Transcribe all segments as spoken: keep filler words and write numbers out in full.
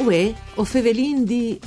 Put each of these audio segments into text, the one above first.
Uè, o Fevelin di...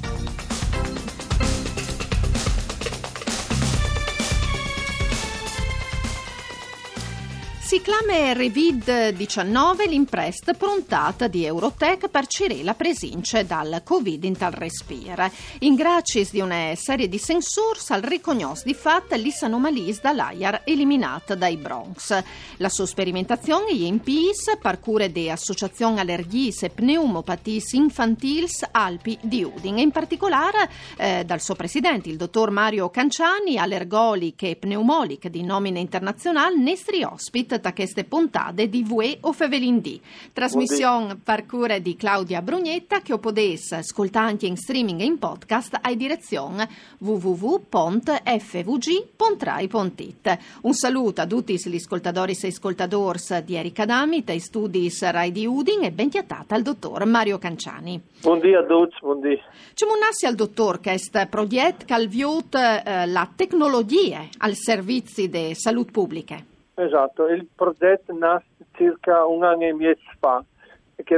Si clama Revid diciannove l'imprest prontata di Eurotech per Cirela presince dal Covid in tal respire. In gracis di una serie di sensors al ricognos di fatt l'is anomalies dall'A I A R eliminata dai Bronx. La sua sperimentazione è in P I S, parcure de Associazione Allergies e Pneumopaties Infantils Alpi di Udin, e in particolare eh, dal suo presidente, il dottor Mario Canciani, allergolic e pneumolic di nomina internazionale, nestri ospit da queste puntate di Vue o Fevelin D. Trasmissione parcure di Claudia Brugnetta che podesse ascoltare anche in streaming e in podcast a direzione w w w punto f v g punto rai punto i t. Un saluto a tutti gli ascoltatori e ascoltadores di Erika Damit e studi Rai di Udin e bentiatata al dottor Mario Canciani. Buondì a tutti, buondì. Ci munassi al dottor che è progetto che avviato eh, la tecnologia al servizio di salute pubblica. Esatto, il progetto nasce circa un anno e mezzo fa, che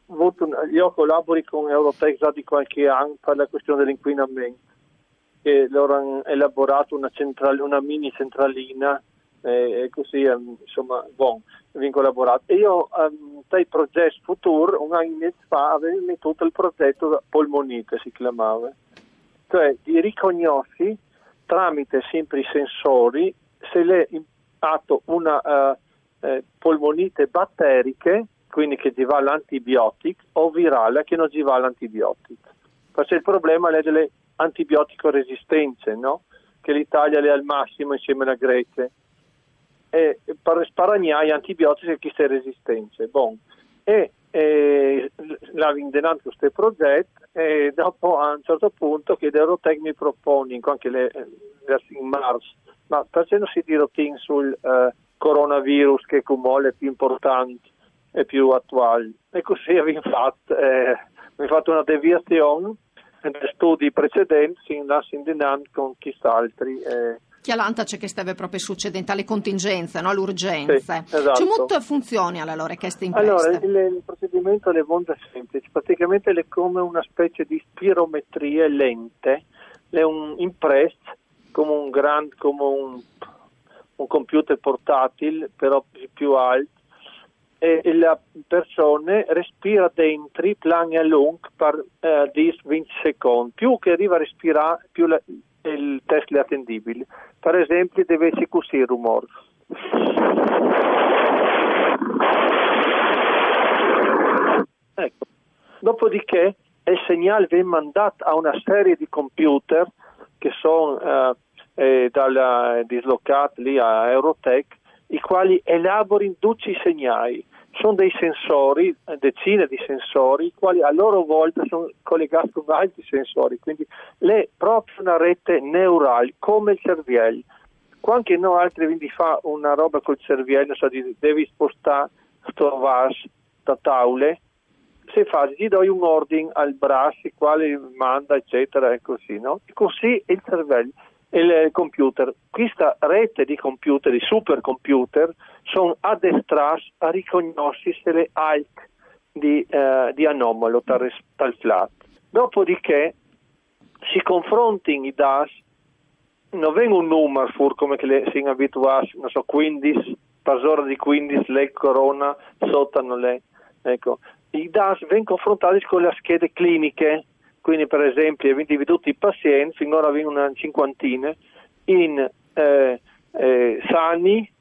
io collabori con Eurotech già di qualche anno per la questione dell'inquinamento, e loro hanno elaborato una, central, una mini centralina e, e così insomma, bon, abbiamo collaborato. E io um, dai progetti futuri, un anno e mezzo fa, avevo messo il progetto polmonite, si chiamava, cioè di riconoscere tramite sempre i sensori se le fatto una uh, eh, polmonite batteriche, quindi che ci va l'antibiotico, o virale che non ci va l'antibiotico. Perché il problema è delle antibiotico resistenze, no? Che l'Italia è al massimo insieme alla Grecia. E per sparagnare gli antibiotici e chi si resistenze. Bon. E, e la vindenante questo progetto, e dopo a un certo punto che Eurotech mi propone anche le, in marzo, ma facendosi di routine sul uh, coronavirus, che come è più importante e più attuale. E così abbiamo fatto, eh, abbiamo fatto una deviazione dai studi precedenti sin là sin dinanzi con chiss'altri. Eh. Chialanta c'è che stava proprio succedendo alle contingenze, no? All'urgenza. Sì, esatto. C'è molto funzioni allora queste imprese. Allora, il, il procedimento è molto semplice, praticamente è come una specie di spirometria lente, è un impress come un grande, come un, un computer portatile, però più alto, e, e la persona respira dentro plan a lungo per eh, dieci venti secondi. Più che arriva a respirare, più la, il test è attendibile. Per esempio, deve essere così il rumore. Ecco. Dopodiché il segnale viene mandato a una serie di computer che sono eh, eh, dalla, dislocati lì a Eurotech, i quali elaborano tutti i segnali. Sono dei sensori, decine di sensori, i quali a loro volta sono collegati con altri sensori, quindi è proprio una rete neurale, come il cervello. Quando no altri quindi fa una roba col cervello, so, devi spostare sto vas da tavole, se fa, gli do un ordine al braccio, il quale manda, eccetera, e così, no? E così il cervello, il computer, questa rete di computer, di supercomputer, sono addestrati a riconoscere se le alc di, eh, di anomalo tal, tal flat. Dopodiché si confrontano i dati, non vengono un numero fur come che le si abituati, non so, quindici, per ora di quindici, le corona, sotto non le, ecco. I dati vengono confrontati con le schede cliniche, quindi per esempio abbiamo dividuto i pazienti, finora abbiamo una cinquantina, in eh, eh, sani,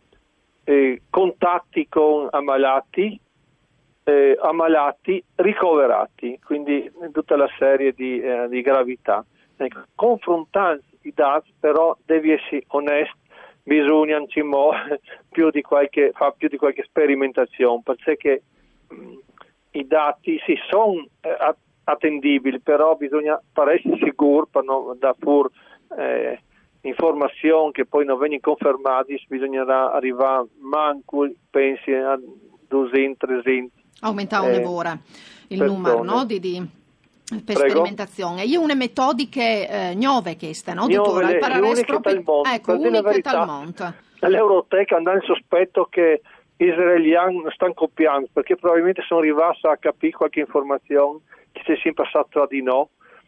eh, contatti con ammalati, eh, ammalati, ricoverati, quindi tutta la serie di, eh, di gravità. Ecco, confrontando i dati però devi essere onesto, bisogna più di qualche, fa più di qualche sperimentazione, perché mh, i dati sì sono eh, attendibili, però bisogna essere sicuri per non da pur eh, informazioni che poi non vengono confermate, bisognerà arrivare manco pensi a duecento trecento aumentare eh, un'evora il persone. numero, no, di, di per Prego. sperimentazione. Io una metodiche eh, nuove queste, no, dottore? Al uniche proprio, tal mondo, ecco, uniche tal mondo. L'Eurotech andava in sospetto che israeliani stanno copiando, perché probabilmente sono arrivati a capire qualche informazione che c'è sempre passato tra di noi.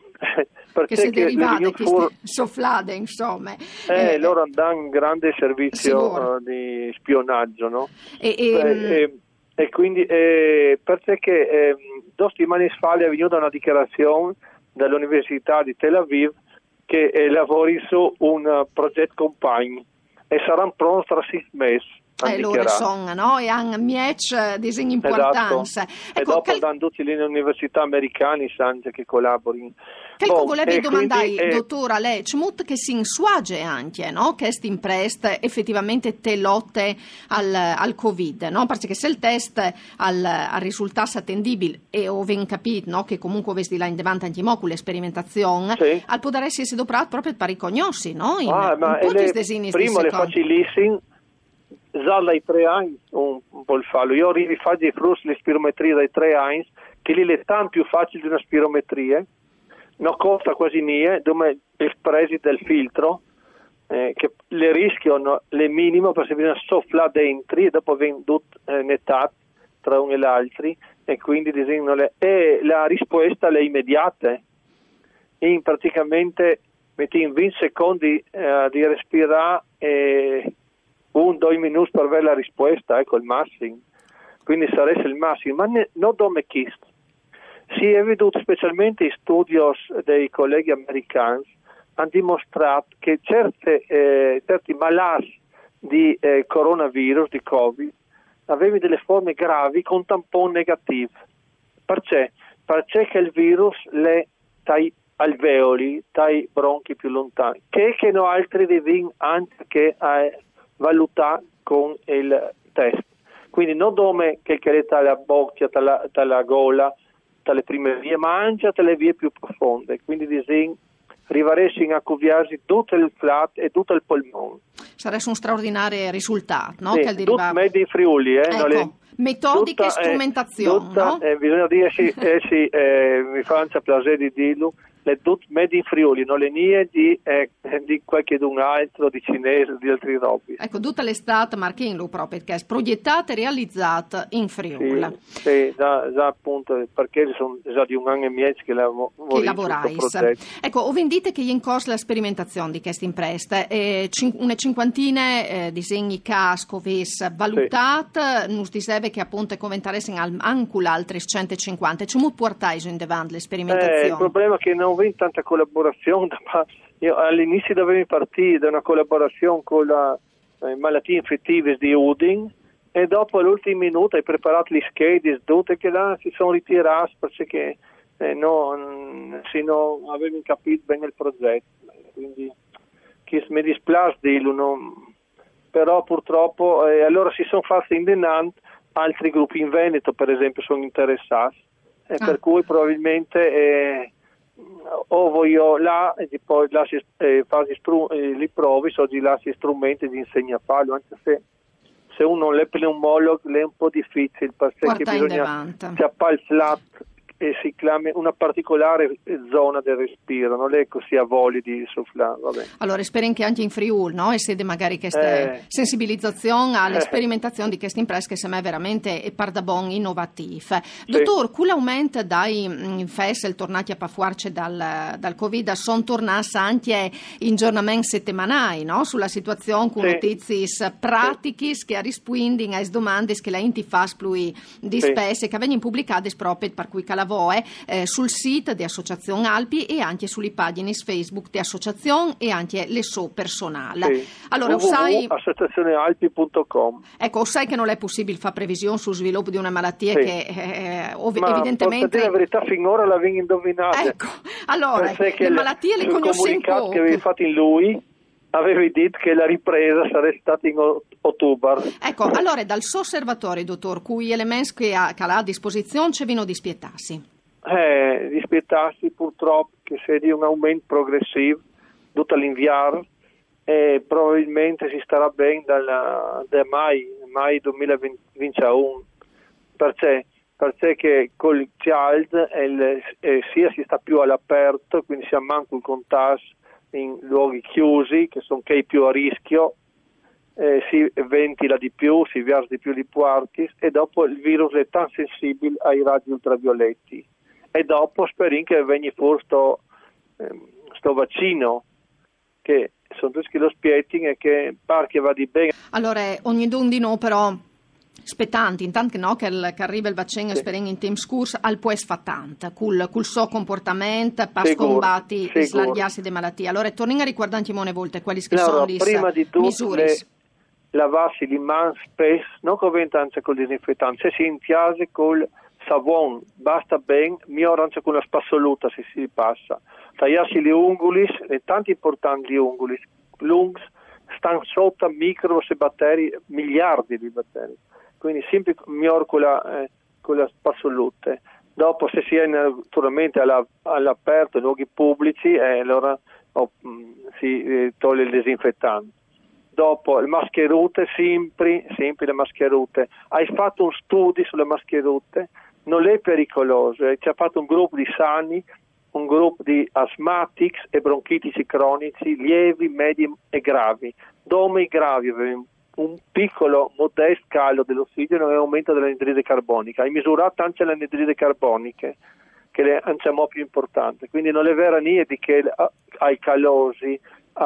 Che si derivate, che fur... sofflate, insomma. Eh, eh, loro danno un grande servizio uh, di spionaggio, no? E, e, Beh, e, e quindi, eh, perché eh, due settimane fa è venuta una dichiarazione dall'Università di Tel Aviv che eh, lavori su un uh, progetto Compagne e saranno pronti tra sei mesi. E loro sono, no? E hanno miec disegni importanza. Esatto. Ecco, e dopo cal... danno tutti le università americane sanno che collaborino. Che bon, volevi domandare, quindi, dottora Lecmut, che si insuage anche, no? Che questi imprest effettivamente te lotte al, al Covid, no? Perché se il test al, al risultato attendibile e ho ben capito, no? Che comunque vesti là in davanti anche mo con l'esperimentazione, sì. Al poter essere doprato proprio per i cognosci, no? In, ah, ma un po' le, prima le facilissime. Già dai tre anni un, un po' il fallo. Io arrivi a fare le spirometrie dai tre anni, che lì è tanto più facile di una spirometria, non costa quasi niente, dove è presi del filtro, eh, che le rischiano le minimo perché bisogna sofflare dentro e dopo vengono eh, nettate tra uno e l'altro, e quindi le... e la risposta è immediata. In praticamente metti in venti secondi eh, di respirare e un due minuti per avere la risposta, ecco il massimo, quindi sarebbe il massimo, ma ne, non come chiesto. Si è veduto specialmente in studi dei colleghi americani, hanno dimostrato che certe, eh, certi malati di eh, coronavirus, di Covid, avevano delle forme gravi con tampone negativo. Perché? Perché il virus le dai alveoli, dai bronchi più lontani, che che no altri devono anche eh, valutare con il test. Quindi non come che è dalla bocca, dalla, dalla gola, dalle prime vie, ma anche dalle vie più profonde. Quindi disegno rivaressi a coviarsi tutto il flat e tutto il polmone. Sarebbe un straordinario risultato, no? Sì, che deriva... tutto in Friuli, eh? Ecco. Le... Metodiche tutta, e strumentazione, eh, tutta, no? Eh, bisogna dire, sì, eh, sì eh, mi fa un piacere di dirlo, le tutte made in Friuli, non le nie di, eh, di qualche d'un altro, di cinese, di altri robi. Ecco, tutta l'estate Marchino proprio, perché è progettata e realizzata in Friuli. Sì, sì già, già appunto, perché sono già di un anno e mezzo che, lav- che lavorai. Ecco, o vendite che è in corso la sperimentazione di queste impreste, eh, cin- una cinquantina eh, disegni casco, ves valutate, sì. Nus diseve che appunto è commentaresi anche altre centocinquanta, come portate in davanti l'esperimentazione? Eh, il problema è che non vedi tanta collaborazione, ma io all'inizio dovevo partire da una collaborazione con le eh, malattie infettive di Udin e dopo all'ultimo minuto hai preparato gli schede tutte che là si sono ritirati perché eh, non, se non avevi capito bene il progetto, quindi che mi dispiace dirlo, non, però purtroppo eh, allora si sono fatti in denant. Altri gruppi in Veneto, per esempio, sono interessati, eh, ah. per cui probabilmente eh, o voglio là e poi là si, eh, fasi stru- eh, li provi, so di là si strumenti di insegna a farlo, anche se se uno non è pneumologo è un po' difficile perché Porta bisogna chiappare il flat e si chiama una particolare zona del respiro, non è così a voli di sofflare. Allora spero che anche in Friuli, no? E sede magari questa eh. sensibilizzazione alle eh. sperimentazioni di queste imprese che sembra veramente e par da bon innovative. Sì. Dottor, con l'aumento dai festival tornati a pafuarci dal, dal Covid, sono tornati anche in giornamenti settimanali, no? Sulla situazione con sì. notizie pratiche sì. che rispondono alle domande che la Inti fa più di sì. spesse che vengono pubblicate proprio per cui la voe eh, sul sito di Associazione Alpi e anche sulle pagine Facebook di Associazione e anche le so personali. Sì. Allora, sai associazione alpi punto com. Ecco, sai che non è possibile fare previsione sul sviluppo di una malattia sì. che eh, ov- Ma evidentemente la verità finora la vengo indovinata. Ecco, allora, le malattie le conosciamo poco. Che avevi fatto in lui avevi detto che la ripresa sarebbe stata in ottobre. Ecco, allora dal suo osservatorio, dottor, cui elementi che ha, che ha a disposizione ci vino dispietarsi? Eh, dispietarsi purtroppo che sia di un aumento progressivo tutto l'inviare e probabilmente si starà bene dal, da mai, mai duemilaventuno. Perché? Perché che col child il, eh, sia si sta più all'aperto, quindi si ha manco il contatto in luoghi chiusi che sono che più a rischio eh, si ventila di più, si viaggia di più di quartis, e dopo il virus è tan sensibile ai raggi ultravioletti. E dopo speriamo che venga fuori sto, eh, sto vaccino, che sono tutti lo spieting e che pare che va di bene. Allora, ogni d'un di noi però spettanti, intanto che, no, che, il, che arriva il vaccino sì. Speriamo in tempo scorso, al può esfatante, col, col suo comportamento, per scombatti e slargarsi di malattie. Allora, torniamo a ricordare molte volte quali no, sono le prima di tutto le, lavarsi le mani spesso, non con ventanza col disinfettante, se si intiase col savon, basta ben, mioranza con la spassoluta se si passa. Tagliarsi gli ungulis, è tanto importante gli ungulis, lungs, stanno sotto microbes e batteri, miliardi di batteri, quindi sempre miglior con la, eh, con la spassoluta. Dopo se si è naturalmente alla, all'aperto, in luoghi pubblici, eh, allora oh, mh, si eh, toglie il disinfettante. Dopo le mascherute, sempre, sempre le mascherute. Hai fatto un studio sulle mascherute? Non è pericoloso, eh. Ci ha fatto un gruppo di sani, un gruppo di asmatici e bronchitici cronici, lievi, medi e gravi. Dome i gravi avevano un piccolo, modesto calo dell'ossigeno e aumento dell'anidride carbonica. Hai misurato anche le anidride carboniche, che è la più importante. Quindi non è vero niente che hai calosi,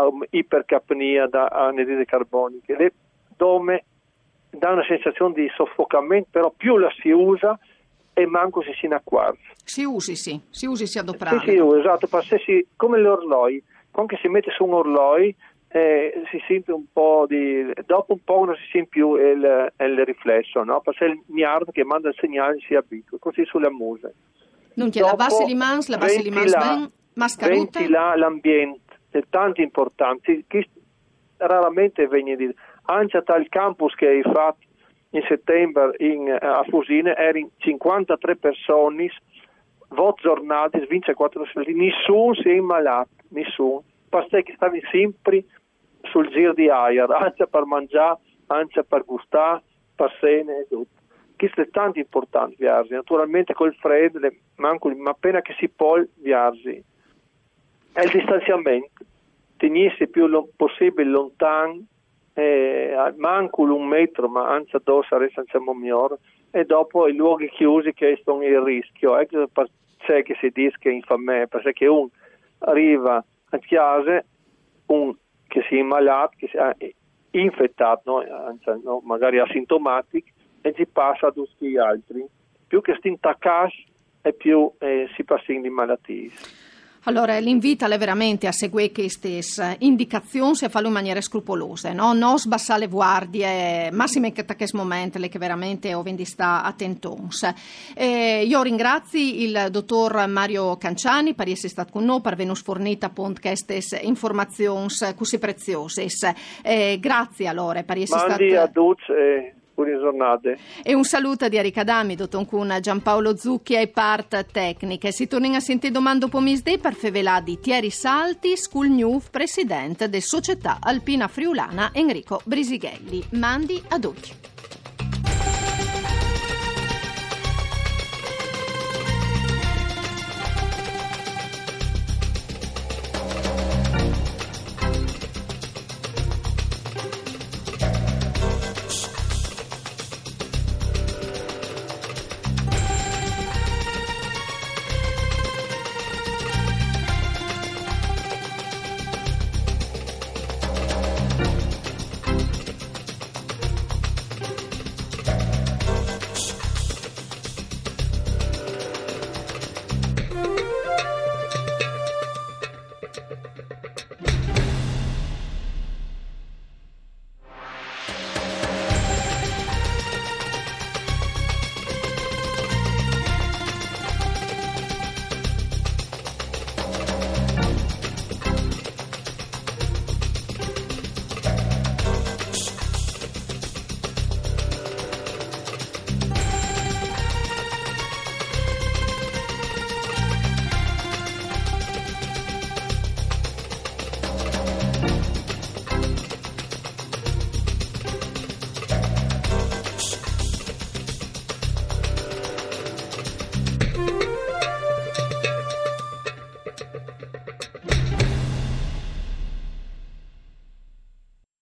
ipercapnia da anidride carbonica. Le dome dà una sensazione di soffocamento, però più la si usa e manco si si inacquarza. Si usi, sì, si usi, si adoprare. Sì, sì, esatto, si, come l'orloi, quando si mette su un orloi eh, si sente un po' di, dopo un po' non si sente più il, il riflesso, no? Perché è il miardo che manda il segnale si abitua, così sulle muse. Non c'è la base di mans, la base di mans ben, mascarute. Ventila l'ambiente, è tanto importante, che raramente viene di anche tal campus che hai fatto in settembre in, a Fusine erano cinquantatré persone, vot giornate, ventiquattro ore, nessuno si è immalato, nessuno, perché che stavi sempre sul giro di aria, anche per mangiare, anche per gustare, per cene e tutto. Questo è tanto importante, viaggi, naturalmente col freddo, manco, ma appena che si può, viaggi. È il distanziamento, tenersi più lo, possibile lontano, eh, manco un metro, ma anzi due sarebbe migliore, e dopo i luoghi chiusi che sono il rischio. Ecco perché che si dice che infame, perché uno arriva a casa, un che si è ammalato, che si è infettato, no? Anzi, no? Magari asintomatico, e si passa a tutti gli altri. Più che si intacca e più eh, si passa in malattie. Allora, l'invito è veramente a seguire queste indicazioni e a farlo in maniera scrupolosa, no? Non sbassare le guardie, massime in questo momento, le che veramente ho vendi sta attentons. Eh, io ringrazio il dottor Mario Canciani per essere stato con noi, per averci fornito appunto queste informazioni così preziose. Eh, grazie allora per essere stato... Mandi a tutti e buone giornate. E un saluto di Erika Dami, dottor Cun, Giampaolo Zucchi e part tecniche. Si torna a sentire domando pomisdè per fevelà di Thierry Salti, School New, presidente della Società Alpina Friulana Enrico Brisighelli. Mandi a tutti.